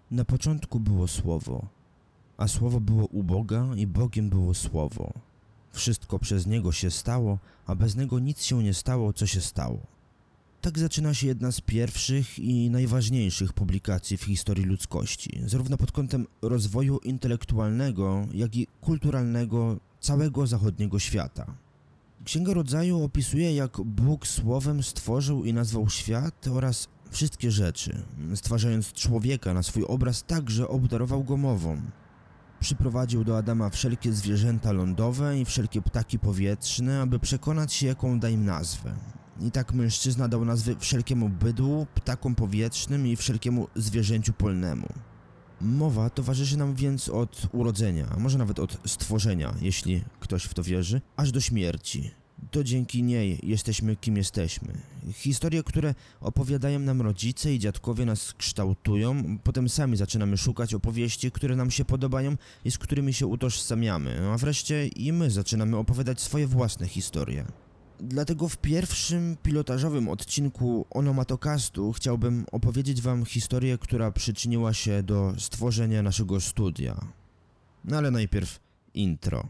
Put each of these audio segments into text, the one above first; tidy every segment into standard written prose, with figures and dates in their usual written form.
Na początku było Słowo, a Słowo było u Boga i Bogiem było Słowo. Wszystko przez Niego się stało, a bez Niego nic się nie stało, co się stało. Tak zaczyna się jedna z pierwszych i najważniejszych publikacji w historii ludzkości, zarówno pod kątem rozwoju intelektualnego, jak i kulturalnego całego zachodniego świata. Księga Rodzaju opisuje, jak Bóg słowem stworzył i nazwał świat oraz wszystkie rzeczy, stwarzając człowieka na swój obraz tak, że obdarował go mową. Przyprowadził do Adama wszelkie zwierzęta lądowe i wszelkie ptaki powietrzne, aby przekonać się, jaką da im nazwę. I tak mężczyzna dał nazwy wszelkiemu bydłu, ptakom powietrznym i wszelkiemu zwierzęciu polnemu. Mowa towarzyszy nam więc od urodzenia, a może nawet od stworzenia, jeśli ktoś w to wierzy, aż do śmierci. To dzięki niej jesteśmy kim jesteśmy. Historie, które opowiadają nam rodzice i dziadkowie, nas kształtują, potem sami zaczynamy szukać opowieści, które nam się podobają i z którymi się utożsamiamy, a wreszcie i my zaczynamy opowiadać swoje własne historie. Dlatego w pierwszym pilotażowym odcinku Onomatocastu chciałbym opowiedzieć wam historię, która przyczyniła się do stworzenia naszego studia. No ale najpierw intro.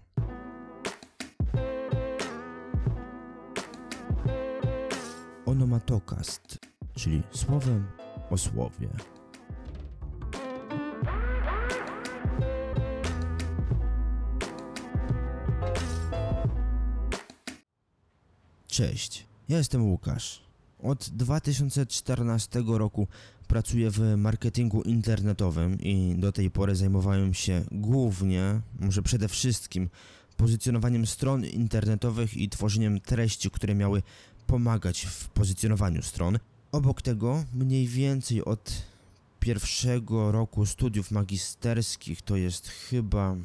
Onomatocast, czyli słowem o słowie. Cześć, ja jestem Łukasz. Od 2014 roku pracuję w marketingu internetowym i do tej pory zajmowałem się głównie, może przede wszystkim, pozycjonowaniem stron internetowych i tworzeniem treści, które miały pomagać w pozycjonowaniu stron. Obok tego, mniej więcej od pierwszego roku studiów magisterskich, to jest chyba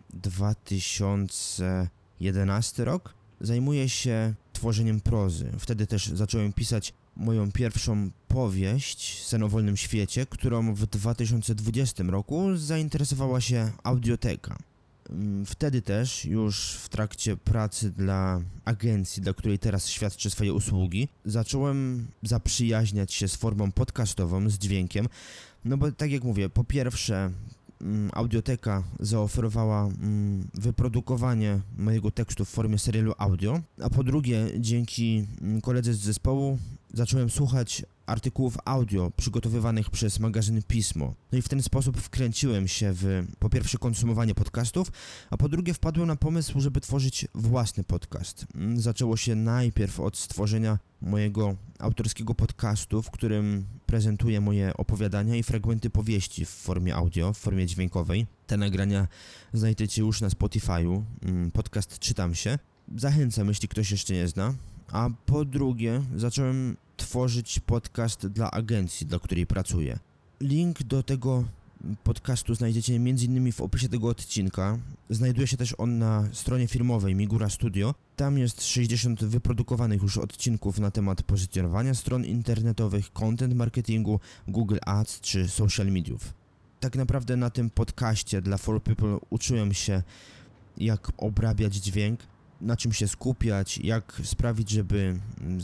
2011 rok, zajmuję się tworzeniem prozy. Wtedy też zacząłem pisać moją pierwszą powieść, Sen o wolnym świecie, którą w 2020 roku zainteresowała się Audioteka. Wtedy też, już w trakcie pracy dla agencji, dla której teraz świadczę swoje usługi, zacząłem zaprzyjaźniać się z formą podcastową, z dźwiękiem, no bo tak jak mówię, po pierwsze Audioteka zaoferowała wyprodukowanie mojego tekstu w formie serialu audio, a po drugie, dzięki koledze z zespołu zacząłem słuchać artykułów audio przygotowywanych przez magazyn Pismo. No i w ten sposób wkręciłem się w, po pierwsze, konsumowanie podcastów, a po drugie wpadłem na pomysł, żeby tworzyć własny podcast. Zaczęło się najpierw od stworzenia mojego autorskiego podcastu, w którym prezentuję moje opowiadania i fragmenty powieści w formie audio, w formie dźwiękowej. Te nagrania znajdziecie już na Spotify'u. Podcast Czytam się. Zachęcam, jeśli ktoś jeszcze nie zna. A po drugie, zacząłem tworzyć podcast dla agencji, dla której pracuję. Link do tego podcastu znajdziecie m.in. w opisie tego odcinka. Znajduje się też on na stronie firmowej Migura Studio. Tam jest 60 wyprodukowanych już odcinków na temat pozycjonowania stron internetowych, content marketingu, Google Ads czy social mediów. Tak naprawdę na tym podcaście dla For People uczyłem się, jak obrabiać dźwięk, na czym się skupiać, jak sprawić, żeby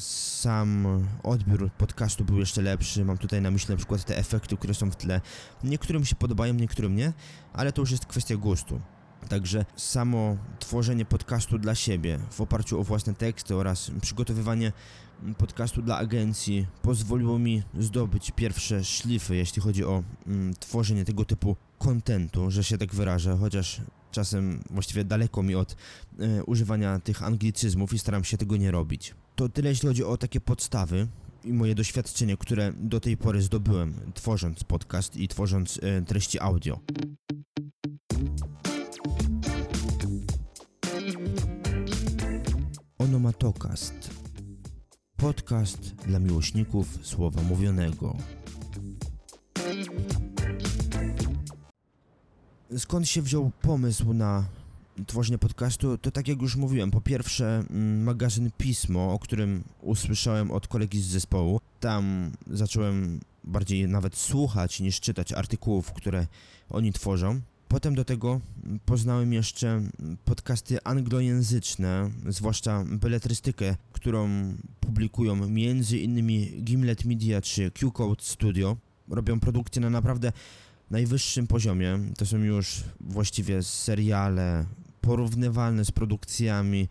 sam odbiór podcastu był jeszcze lepszy. Mam tutaj na myśli na przykład te efekty, które są w tle. Niektórym się podobają, niektórym nie, ale to już jest kwestia gustu. Także samo tworzenie podcastu dla siebie w oparciu o własne teksty oraz przygotowywanie podcastu dla agencji pozwoliło mi zdobyć pierwsze szlify, jeśli chodzi o tworzenie tego typu kontentu, że się tak wyrażę, chociaż czasem właściwie daleko mi od używania tych anglicyzmów i staram się tego nie robić. To tyle, jeśli chodzi o takie podstawy i moje doświadczenie, które do tej pory zdobyłem, tworząc podcast i tworząc treści audio. Onomatocast. Podcast dla miłośników słowa mówionego. Skąd się wziął pomysł na tworzenie podcastu? To tak jak już mówiłem, po pierwsze magazyn Pismo, o którym usłyszałem od kolegi z zespołu. Tam zacząłem bardziej nawet słuchać niż czytać artykułów, które oni tworzą. Potem do tego poznałem jeszcze podcasty anglojęzyczne, zwłaszcza beletrystykę, którą publikują m.in. Gimlet Media czy Q-Code Studio. Robią produkcje na naprawdę najwyższym poziomie. To są już właściwie seriale porównywalne z produkcjami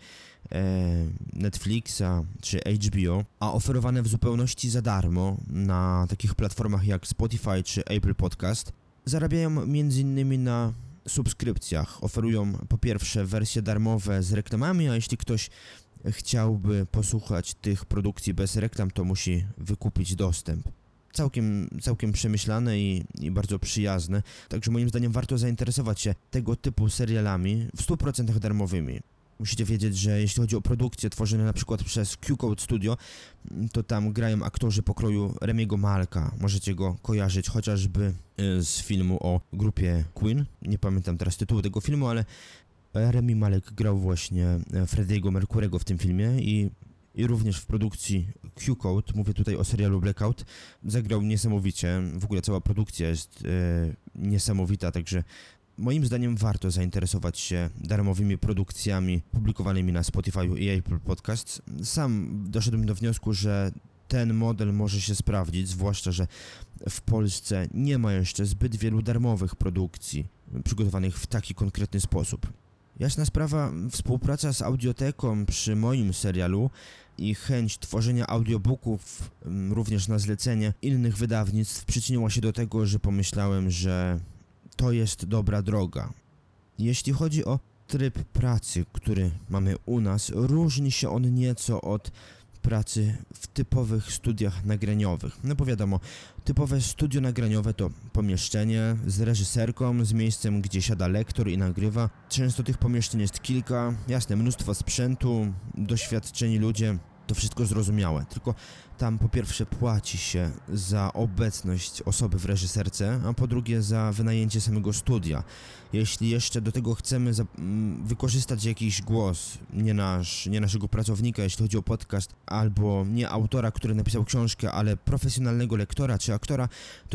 Netflixa czy HBO, a oferowane w zupełności za darmo na takich platformach jak Spotify czy Apple Podcast. Zarabiają m.in. na subskrypcjach. Oferują po pierwsze wersje darmowe z reklamami, a jeśli ktoś chciałby posłuchać tych produkcji bez reklam, to musi wykupić dostęp. Całkiem przemyślane i bardzo przyjazne, także moim zdaniem warto zainteresować się tego typu serialami w 100% darmowymi. Musicie wiedzieć, że jeśli chodzi o produkcje tworzone na przykład przez Q-Code Studio, to tam grają aktorzy pokroju Remiego Maleka. Możecie go kojarzyć chociażby z filmu o grupie Queen. Nie pamiętam teraz tytułu tego filmu, ale Remi Malek grał właśnie Freddie'ego Mercury'ego w tym filmie i również w produkcji Q-Code, mówię tutaj o serialu Blackout, zagrał niesamowicie. W ogóle cała produkcja jest niesamowita, także moim zdaniem warto zainteresować się darmowymi produkcjami publikowanymi na Spotify i Apple Podcasts. Sam doszedłem do wniosku, że ten model może się sprawdzić, zwłaszcza, że w Polsce nie ma jeszcze zbyt wielu darmowych produkcji przygotowanych w taki konkretny sposób. Jasna sprawa, współpraca z Audioteką przy moim serialu i chęć tworzenia audiobooków również na zlecenie innych wydawnictw przyczyniła się do tego, że pomyślałem, że to jest dobra droga. Jeśli chodzi o tryb pracy, który mamy u nas, różni się on nieco od pracy w typowych studiach nagraniowych. No bo wiadomo, typowe studio nagraniowe to pomieszczenie z reżyserką, z miejscem, gdzie siada lektor i nagrywa. Często tych pomieszczeń jest kilka, jasne, mnóstwo sprzętu, doświadczeni ludzie, to wszystko zrozumiałe. Tylko tam po pierwsze płaci się za obecność osoby w reżyserce, a po drugie za wynajęcie samego studia. Jeśli jeszcze do tego chcemy wykorzystać jakiś głos, nie naszego pracownika, jeśli chodzi o podcast, albo nie autora, który napisał książkę, ale profesjonalnego lektora czy aktora,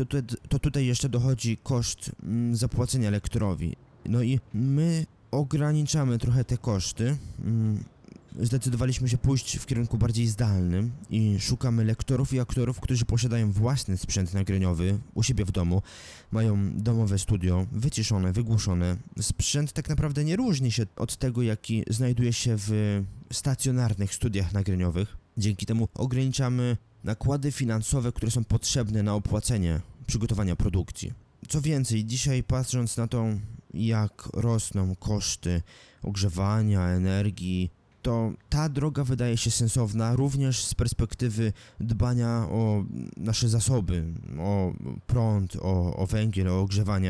to tutaj jeszcze dochodzi koszt zapłacenia lektorowi. No i my ograniczamy trochę te koszty. Zdecydowaliśmy się pójść w kierunku bardziej zdalnym i szukamy lektorów i aktorów, którzy posiadają własny sprzęt nagraniowy u siebie w domu, mają domowe studio, wyciszone, wygłuszone. Sprzęt tak naprawdę nie różni się od tego, jaki znajduje się w stacjonarnych studiach nagraniowych. Dzięki temu ograniczamy nakłady finansowe, które są potrzebne na opłacenie przygotowania produkcji. Co więcej, dzisiaj patrząc na to, jak rosną koszty ogrzewania, energii, to ta droga wydaje się sensowna również z perspektywy dbania o nasze zasoby, o prąd, o węgiel, o ogrzewanie.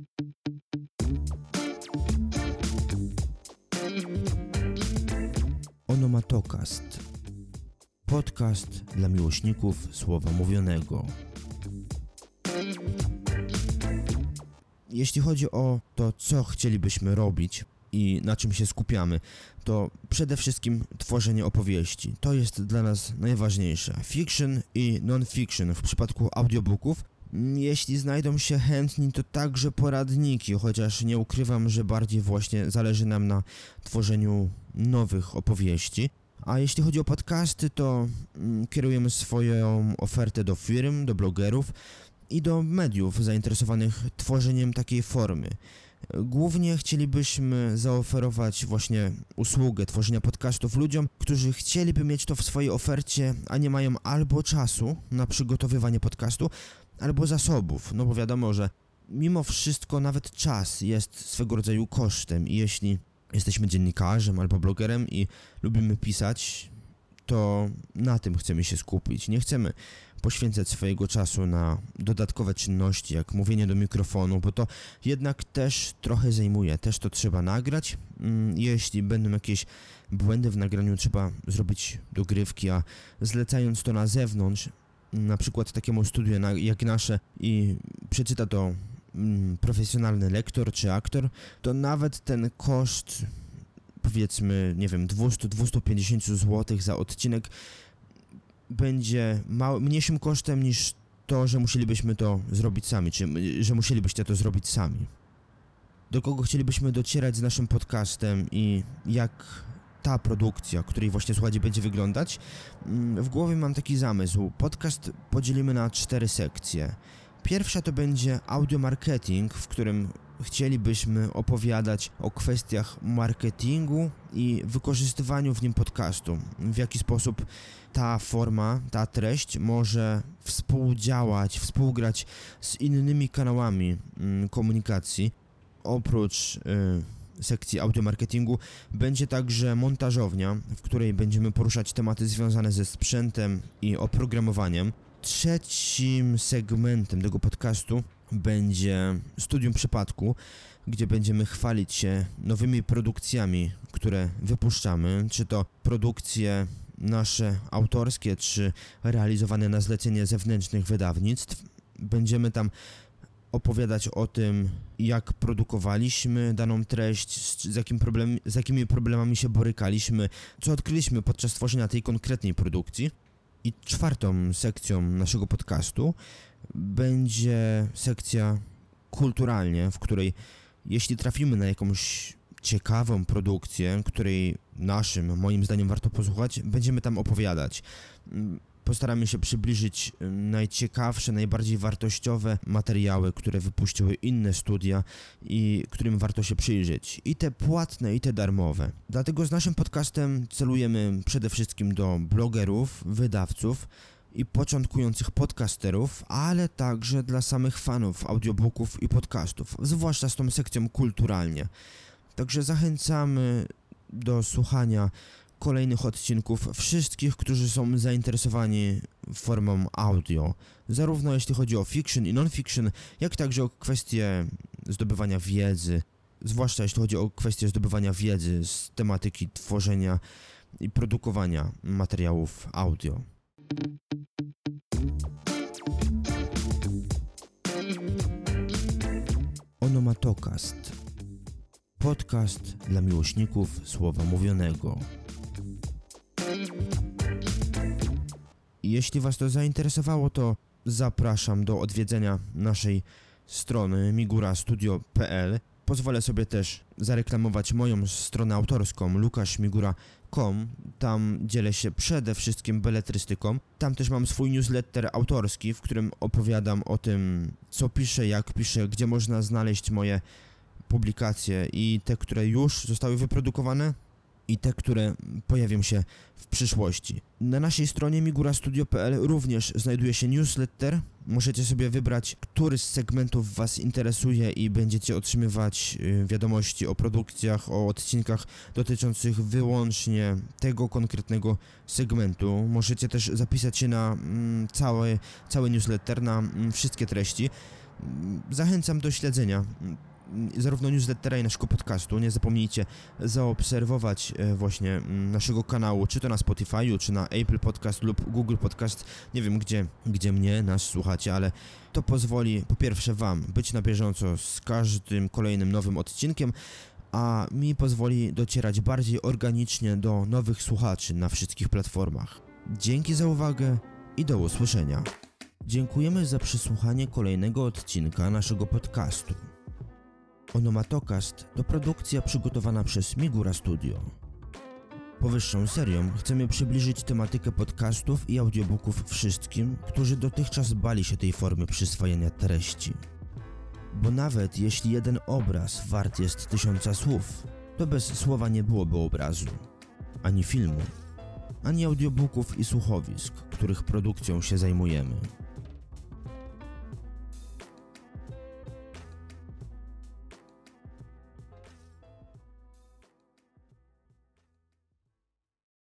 Onomatokast. Podcast dla miłośników słowa mówionego. Jeśli chodzi o to, co chcielibyśmy robić i na czym się skupiamy, to przede wszystkim tworzenie opowieści. To jest dla nas najważniejsze. Fiction i non-fiction w przypadku audiobooków. Jeśli znajdą się chętni, to także poradniki, chociaż nie ukrywam, że bardziej właśnie zależy nam na tworzeniu nowych opowieści. A jeśli chodzi o podcasty, to kierujemy swoją ofertę do firm, do blogerów i do mediów zainteresowanych tworzeniem takiej formy. Głównie chcielibyśmy zaoferować właśnie usługę tworzenia podcastów ludziom, którzy chcieliby mieć to w swojej ofercie, a nie mają albo czasu na przygotowywanie podcastu, albo zasobów. No bo wiadomo, że mimo wszystko nawet czas jest swego rodzaju kosztem i jeśli jesteśmy dziennikarzem albo blogerem i lubimy pisać, to na tym chcemy się skupić. Nie chcemy poświęcać swojego czasu na dodatkowe czynności, jak mówienie do mikrofonu, bo to jednak też trochę zajmuje, też to trzeba nagrać. Jeśli będą jakieś błędy w nagraniu, trzeba zrobić dogrywki, a zlecając to na zewnątrz, na przykład takiemu studiu jak nasze i przeczyta to profesjonalny lektor czy aktor, to nawet ten koszt, powiedzmy, nie wiem, 200-250 zł za odcinek będzie mniejszym kosztem niż to, że musielibyśmy to zrobić sami, czy że musielibyście to zrobić sami. Do kogo chcielibyśmy docierać z naszym podcastem i jak ta produkcja, której właśnie słuchacie, będzie wyglądać? W głowie mam taki zamysł. Podcast podzielimy na 4 sekcje. Pierwsza to będzie audio marketing, w którym chcielibyśmy opowiadać o kwestiach marketingu i wykorzystywaniu w nim podcastu. W jaki sposób ta forma, ta treść może współdziałać, współgrać z innymi kanałami komunikacji. Oprócz sekcji audio marketingu będzie także montażownia, w której będziemy poruszać tematy związane ze sprzętem i oprogramowaniem. Trzecim segmentem tego podcastu będzie studium przypadku, gdzie będziemy chwalić się nowymi produkcjami, które wypuszczamy, czy to produkcje nasze autorskie, czy realizowane na zlecenie zewnętrznych wydawnictw. Będziemy tam opowiadać o tym, jak produkowaliśmy daną treść, z jakimi problemami się borykaliśmy, co odkryliśmy podczas tworzenia tej konkretnej produkcji. I czwartą sekcją naszego podcastu będzie sekcja kulturalnie, w której jeśli trafimy na jakąś ciekawą produkcję, której moim zdaniem warto posłuchać, będziemy tam opowiadać. Postaramy się przybliżyć najciekawsze, najbardziej wartościowe materiały, które wypuściły inne studia i którym warto się przyjrzeć. I te płatne, i te darmowe. Dlatego z naszym podcastem celujemy przede wszystkim do blogerów, wydawców i początkujących podcasterów, ale także dla samych fanów audiobooków i podcastów, zwłaszcza z tą sekcją kulturalnie. Także zachęcamy do słuchania kolejnych odcinków wszystkich, którzy są zainteresowani formą audio, zarówno jeśli chodzi o fiction i non-fiction, jak także o kwestie zdobywania wiedzy, zwłaszcza jeśli chodzi o kwestie zdobywania wiedzy z tematyki tworzenia i produkowania materiałów audio. Onomatokast. Podcast dla miłośników słowa mówionego. Jeśli Was to zainteresowało, to zapraszam do odwiedzenia naszej strony migurastudio.pl. Pozwolę sobie też zareklamować moją stronę autorską lukaszmigura.com. Tam dzielę się przede wszystkim beletrystyką. Tam też mam swój newsletter autorski, w którym opowiadam o tym, co piszę, jak piszę, gdzie można znaleźć moje publikacje i te, które już zostały wyprodukowane, i te, które pojawią się w przyszłości. Na naszej stronie migurastudio.pl również znajduje się newsletter. Możecie sobie wybrać, który z segmentów Was interesuje i będziecie otrzymywać wiadomości o produkcjach, o odcinkach dotyczących wyłącznie tego konkretnego segmentu. Możecie też zapisać się na cały newsletter, na wszystkie treści. Zachęcam do śledzenia zarówno newslettera i naszego podcastu. Nie zapomnijcie zaobserwować właśnie naszego kanału, czy to na Spotify'u, czy na Apple Podcast lub Google Podcast. Nie wiem, gdzie nas słuchacie, ale to pozwoli po pierwsze Wam być na bieżąco z każdym kolejnym nowym odcinkiem, a mi pozwoli docierać bardziej organicznie do nowych słuchaczy na wszystkich platformach. Dzięki za uwagę i do usłyszenia. Dziękujemy za przysłuchanie kolejnego odcinka naszego podcastu. Onomatokast to produkcja przygotowana przez Migura Studio. Powyższą serią chcemy przybliżyć tematykę podcastów i audiobooków wszystkim, którzy dotychczas bali się tej formy przyswajania treści. Bo nawet jeśli jeden obraz wart jest 1000 słów, to bez słowa nie byłoby obrazu, ani filmu, ani audiobooków i słuchowisk, których produkcją się zajmujemy.